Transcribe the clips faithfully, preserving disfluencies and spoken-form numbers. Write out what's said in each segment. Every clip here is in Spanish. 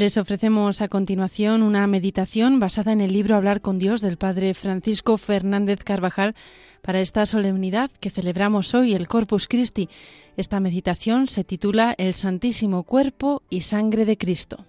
Les ofrecemos a continuación una meditación basada en el libro Hablar con Dios del Padre Francisco Fernández Carvajal para esta solemnidad que celebramos hoy, el Corpus Christi. Esta meditación se titula El Santísimo Cuerpo y Sangre de Cristo.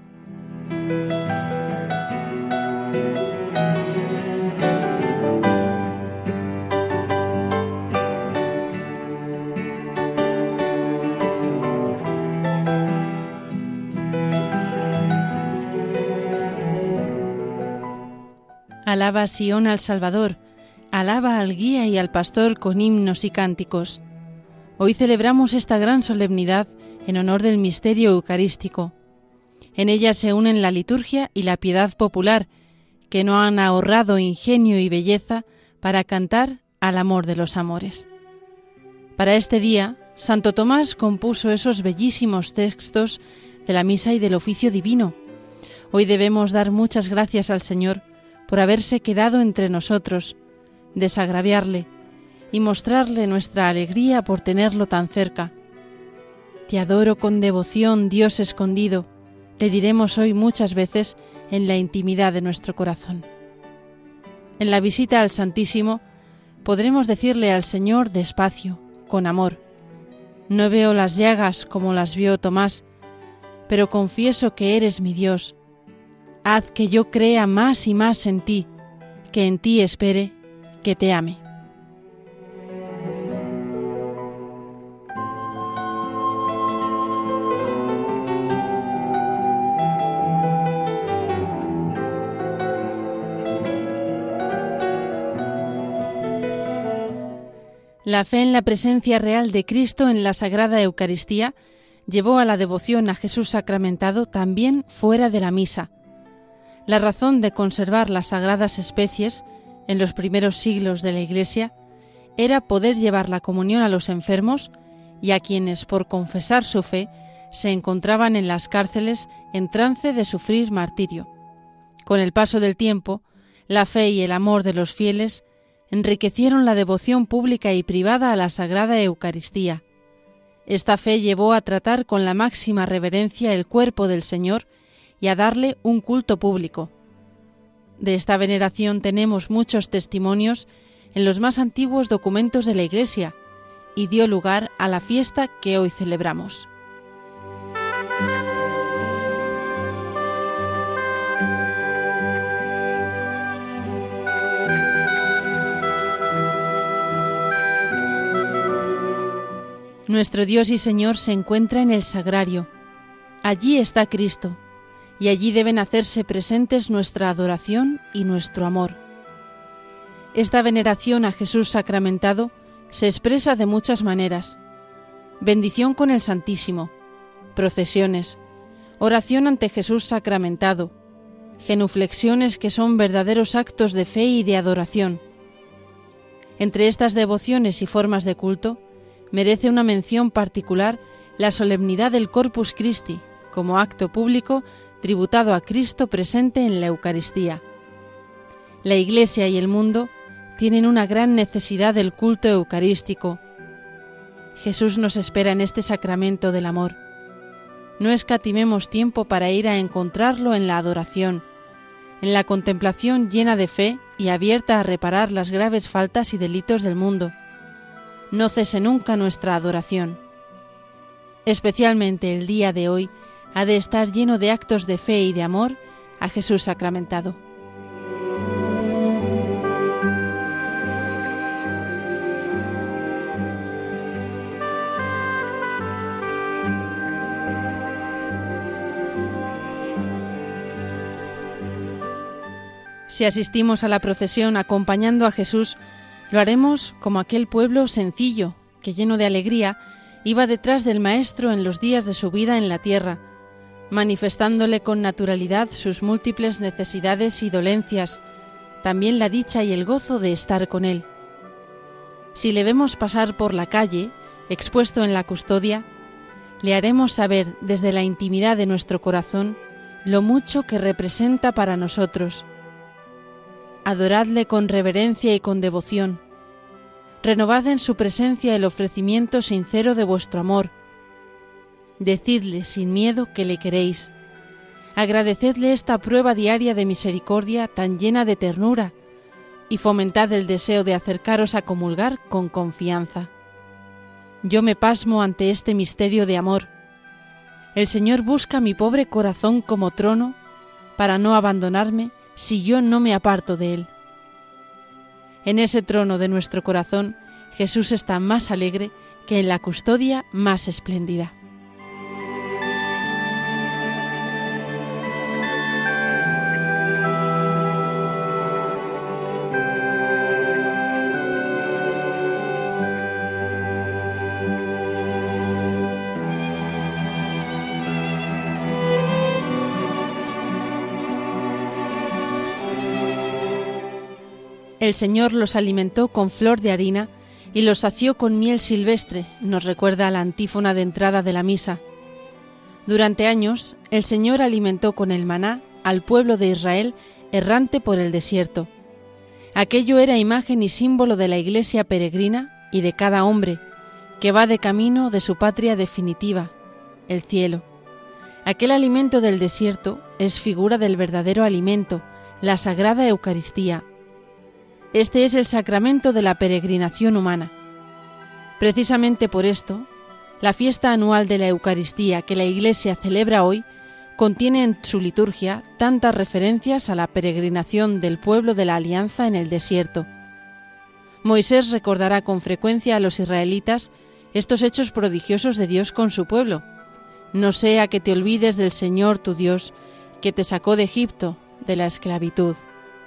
Alaba Sión al Salvador, alaba al guía y al pastor con himnos y cánticos. Hoy celebramos esta gran solemnidad en honor del misterio eucarístico. En ella se unen la liturgia y la piedad popular, que no han ahorrado ingenio y belleza para cantar al amor de los amores. Para este día, Santo Tomás compuso esos bellísimos textos de la misa y del oficio divino. Hoy debemos dar muchas gracias al Señor por haberse quedado entre nosotros, desagraviarle y mostrarle nuestra alegría por tenerlo tan cerca. Te adoro con devoción, Dios escondido, le diremos hoy muchas veces en la intimidad de nuestro corazón. En la visita al Santísimo podremos decirle al Señor despacio, con amor: no veo las llagas como las vio Tomás, pero confieso que eres mi Dios. Haz que yo crea más y más en ti, que en ti espere, que te ame. La fe en la presencia real de Cristo en la Sagrada Eucaristía llevó a la devoción a Jesús sacramentado también fuera de la misa. La razón de conservar las sagradas especies en los primeros siglos de la Iglesia era poder llevar la comunión a los enfermos y a quienes, por confesar su fe, se encontraban en las cárceles en trance de sufrir martirio. Con el paso del tiempo, la fe y el amor de los fieles enriquecieron la devoción pública y privada a la Sagrada Eucaristía. Esta fe llevó a tratar con la máxima reverencia el cuerpo del Señor y a darle un culto público. De esta veneración tenemos muchos testimonios en los más antiguos documentos de la Iglesia y dio lugar a la fiesta que hoy celebramos. Nuestro Dios y Señor se encuentra en el sagrario. Allí está Cristo, y allí deben hacerse presentes nuestra adoración y nuestro amor. Esta veneración a Jesús sacramentado se expresa de muchas maneras: bendición con el Santísimo, procesiones, oración ante Jesús sacramentado, genuflexiones que son verdaderos actos de fe y de adoración. Entre estas devociones y formas de culto, merece una mención particular la solemnidad del Corpus Christi, como acto público tributado a Cristo presente en la Eucaristía. La Iglesia y el mundo tienen una gran necesidad del culto eucarístico. Jesús nos espera en este sacramento del amor. No escatimemos tiempo para ir a encontrarlo en la adoración, en la contemplación llena de fe y abierta a reparar las graves faltas y delitos del mundo. No cese nunca nuestra adoración. Especialmente el día de hoy ha de estar lleno de actos de fe y de amor a Jesús sacramentado. Si asistimos a la procesión acompañando a Jesús, lo haremos como aquel pueblo sencillo que, lleno de alegría, iba detrás del Maestro en los días de su vida en la tierra, manifestándole con naturalidad sus múltiples necesidades y dolencias, también la dicha y el gozo de estar con él. Si le vemos pasar por la calle, expuesto en la custodia, le haremos saber desde la intimidad de nuestro corazón lo mucho que representa para nosotros. Adoradle con reverencia y con devoción. Renovad en su presencia el ofrecimiento sincero de vuestro amor. Decidle sin miedo que le queréis. Agradecedle esta prueba diaria de misericordia tan llena de ternura y fomentad el deseo de acercaros a comulgar con confianza. Yo me pasmo ante este misterio de amor. El Señor busca mi pobre corazón como trono para no abandonarme si yo no me aparto de Él. En ese trono de nuestro corazón, Jesús está más alegre que en la custodia más espléndida. El Señor los alimentó con flor de harina y los sació con miel silvestre, nos recuerda la antífona de entrada de la misa. Durante años, el Señor alimentó con el maná al pueblo de Israel errante por el desierto. Aquello era imagen y símbolo de la Iglesia peregrina y de cada hombre que va de camino de su patria definitiva, el cielo. Aquel alimento del desierto es figura del verdadero alimento, la Sagrada Eucaristía. Este es el sacramento de la peregrinación humana. Precisamente por esto, la fiesta anual de la Eucaristía que la Iglesia celebra hoy contiene en su liturgia tantas referencias a la peregrinación del pueblo de la Alianza en el desierto. Moisés recordará con frecuencia a los israelitas estos hechos prodigiosos de Dios con su pueblo. No sea que te olvides del Señor tu Dios, que te sacó de Egipto, de la esclavitud.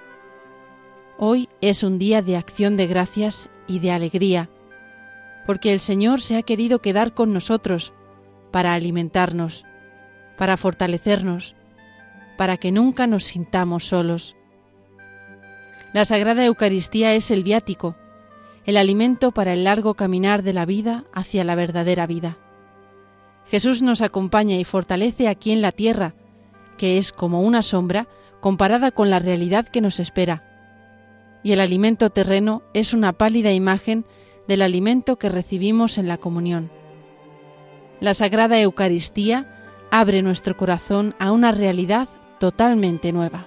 Hoy es un día de acción de gracias y de alegría, porque el Señor se ha querido quedar con nosotros para alimentarnos, para fortalecernos, para que nunca nos sintamos solos. La Sagrada Eucaristía es el viático, el alimento para el largo caminar de la vida hacia la verdadera vida. Jesús nos acompaña y fortalece aquí en la tierra, que es como una sombra comparada con la realidad que nos espera. Y el alimento terreno es una pálida imagen del alimento que recibimos en la comunión. La Sagrada Eucaristía abre nuestro corazón a una realidad totalmente nueva.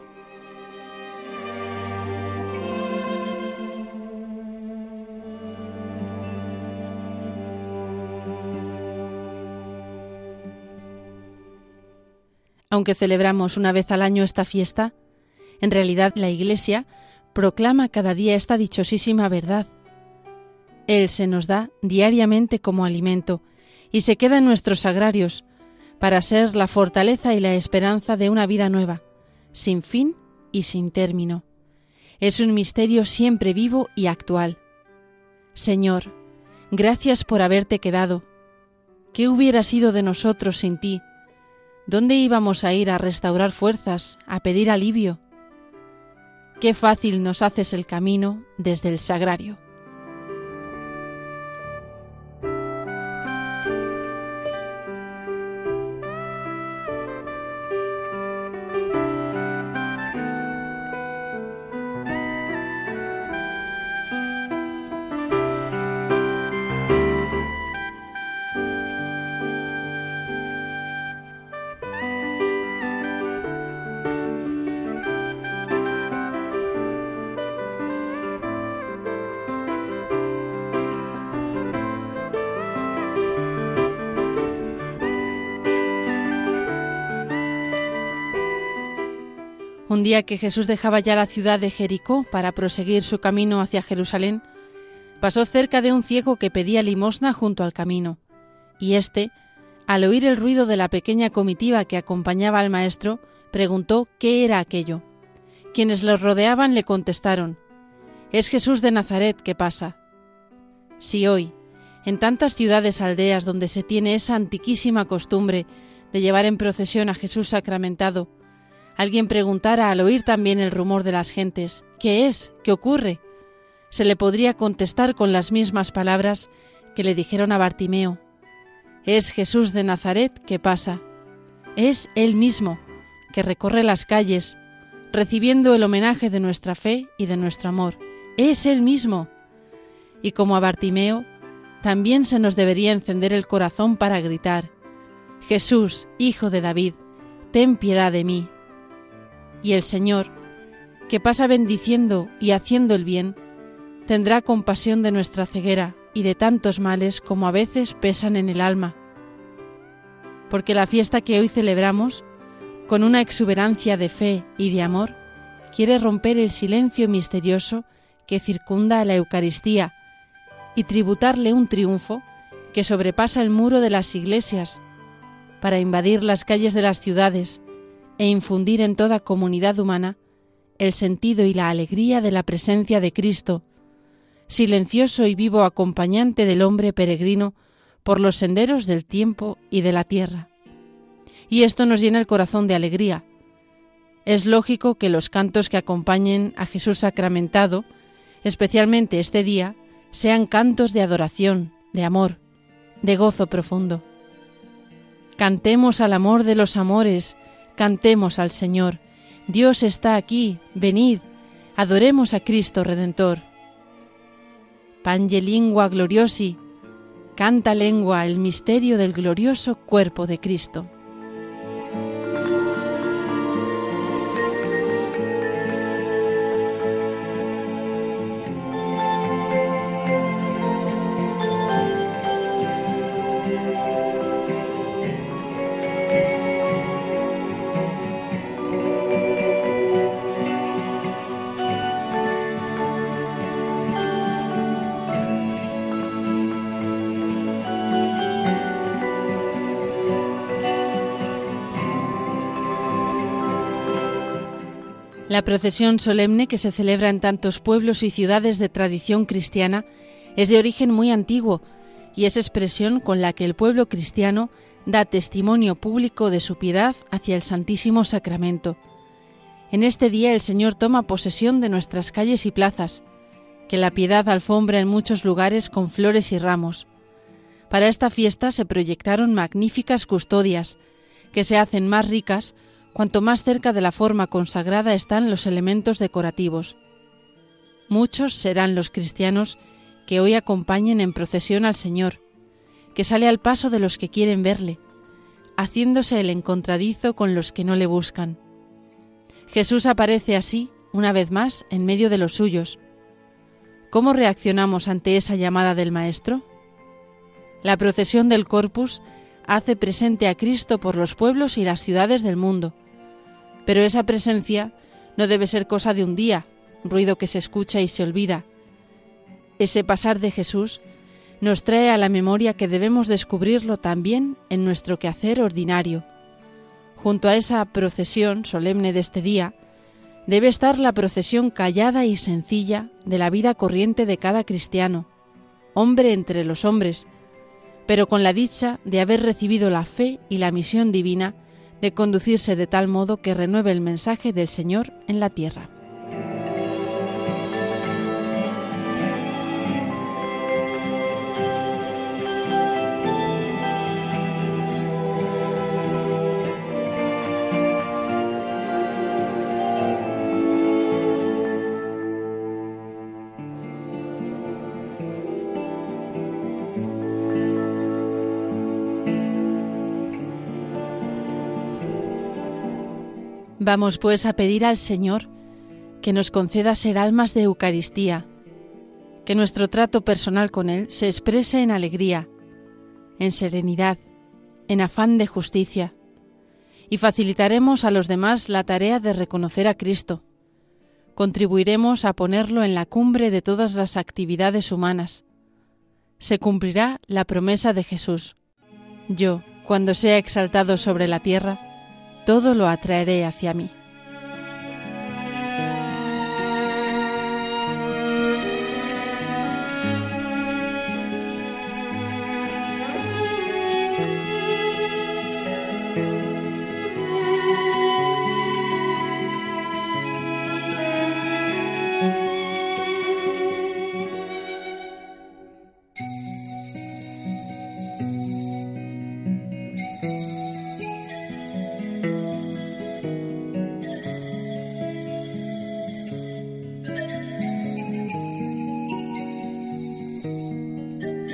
Aunque celebramos una vez al año esta fiesta, en realidad la Iglesia proclama cada día esta dichosísima verdad. Él se nos da diariamente como alimento y se queda en nuestros sagrarios para ser la fortaleza y la esperanza de una vida nueva, sin fin y sin término. Es un misterio siempre vivo y actual. Señor, gracias por haberte quedado. ¿Qué hubiera sido de nosotros sin ti? ¿Dónde íbamos a ir a restaurar fuerzas, a pedir alivio? Qué fácil nos haces el camino desde el sagrario. Un día que Jesús dejaba ya la ciudad de Jericó para proseguir su camino hacia Jerusalén, pasó cerca de un ciego que pedía limosna junto al camino, y éste, al oír el ruido de la pequeña comitiva que acompañaba al maestro, preguntó qué era aquello. Quienes los rodeaban le contestaron: «Es Jesús de Nazaret que pasa». Si hoy, en tantas ciudades aldeas donde se tiene esa antiquísima costumbre de llevar en procesión a Jesús sacramentado, alguien preguntara al oír también el rumor de las gentes: «¿Qué es? ¿Qué ocurre?», se le podría contestar con las mismas palabras que le dijeron a Bartimeo: «Es Jesús de Nazaret que pasa». Es Él mismo, que recorre las calles, recibiendo el homenaje de nuestra fe y de nuestro amor. Es Él mismo. Y como a Bartimeo, también se nos debería encender el corazón para gritar: «Jesús, Hijo de David, ten piedad de mí. Y el Señor, que pasa bendiciendo y haciendo el bien, tendrá compasión de nuestra ceguera y de tantos males como a veces pesan en el alma. Porque la fiesta que hoy celebramos, con una exuberancia de fe y de amor, quiere romper el silencio misterioso que circunda a la Eucaristía y tributarle un triunfo que sobrepasa el muro de las iglesias, para invadir las calles de las ciudades e infundir en toda comunidad humana el sentido y la alegría de la presencia de Cristo, silencioso y vivo acompañante del hombre peregrino por los senderos del tiempo y de la tierra. Y esto nos llena el corazón de alegría. Es lógico que los cantos que acompañen a Jesús sacramentado, especialmente este día, sean cantos de adoración, de amor, de gozo profundo. Cantemos al amor de los amores, cantemos al Señor. Dios está aquí, venid, adoremos a Cristo Redentor. Pange lingua gloriosi, canta lengua el misterio del glorioso cuerpo de Cristo. La procesión solemne que se celebra en tantos pueblos y ciudades de tradición cristiana es de origen muy antiguo y es expresión con la que el pueblo cristiano da testimonio público de su piedad hacia el Santísimo Sacramento. En este día el Señor toma posesión de nuestras calles y plazas, que la piedad alfombra en muchos lugares con flores y ramos. Para esta fiesta se proyectaron magníficas custodias, que se hacen más ricas cuanto más cerca de la forma consagrada están los elementos decorativos. Muchos serán los cristianos que hoy acompañen en procesión al Señor, que sale al paso de los que quieren verle, haciéndose el encontradizo con los que no le buscan. Jesús aparece así, una vez más, en medio de los suyos. ¿Cómo reaccionamos ante esa llamada del Maestro? La procesión del Corpus hace presente a Cristo por los pueblos y las ciudades del mundo. Pero esa presencia no debe ser cosa de un día, ruido que se escucha y se olvida. Ese pasar de Jesús nos trae a la memoria que debemos descubrirlo también en nuestro quehacer ordinario. Junto a esa procesión solemne de este día, debe estar la procesión callada y sencilla de la vida corriente de cada cristiano, hombre entre los hombres, pero con la dicha de haber recibido la fe y la misión divina de conducirse de tal modo que renueve el mensaje del Señor en la tierra. Vamos pues a pedir al Señor que nos conceda ser almas de Eucaristía, que nuestro trato personal con Él se exprese en alegría, en serenidad, en afán de justicia, y facilitaremos a los demás la tarea de reconocer a Cristo. Contribuiremos a ponerlo en la cumbre de todas las actividades humanas. Se cumplirá la promesa de Jesús. Yo, cuando sea exaltado sobre la tierra, todo lo atraeré hacia mí.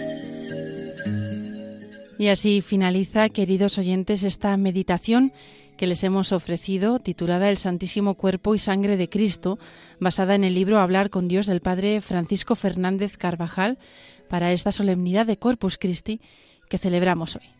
Y así finaliza, queridos oyentes, esta meditación que les hemos ofrecido, titulada El Santísimo Cuerpo y Sangre de Cristo, basada en el libro Hablar con Dios del Padre Francisco Fernández Carvajal, para esta solemnidad de Corpus Christi que celebramos hoy.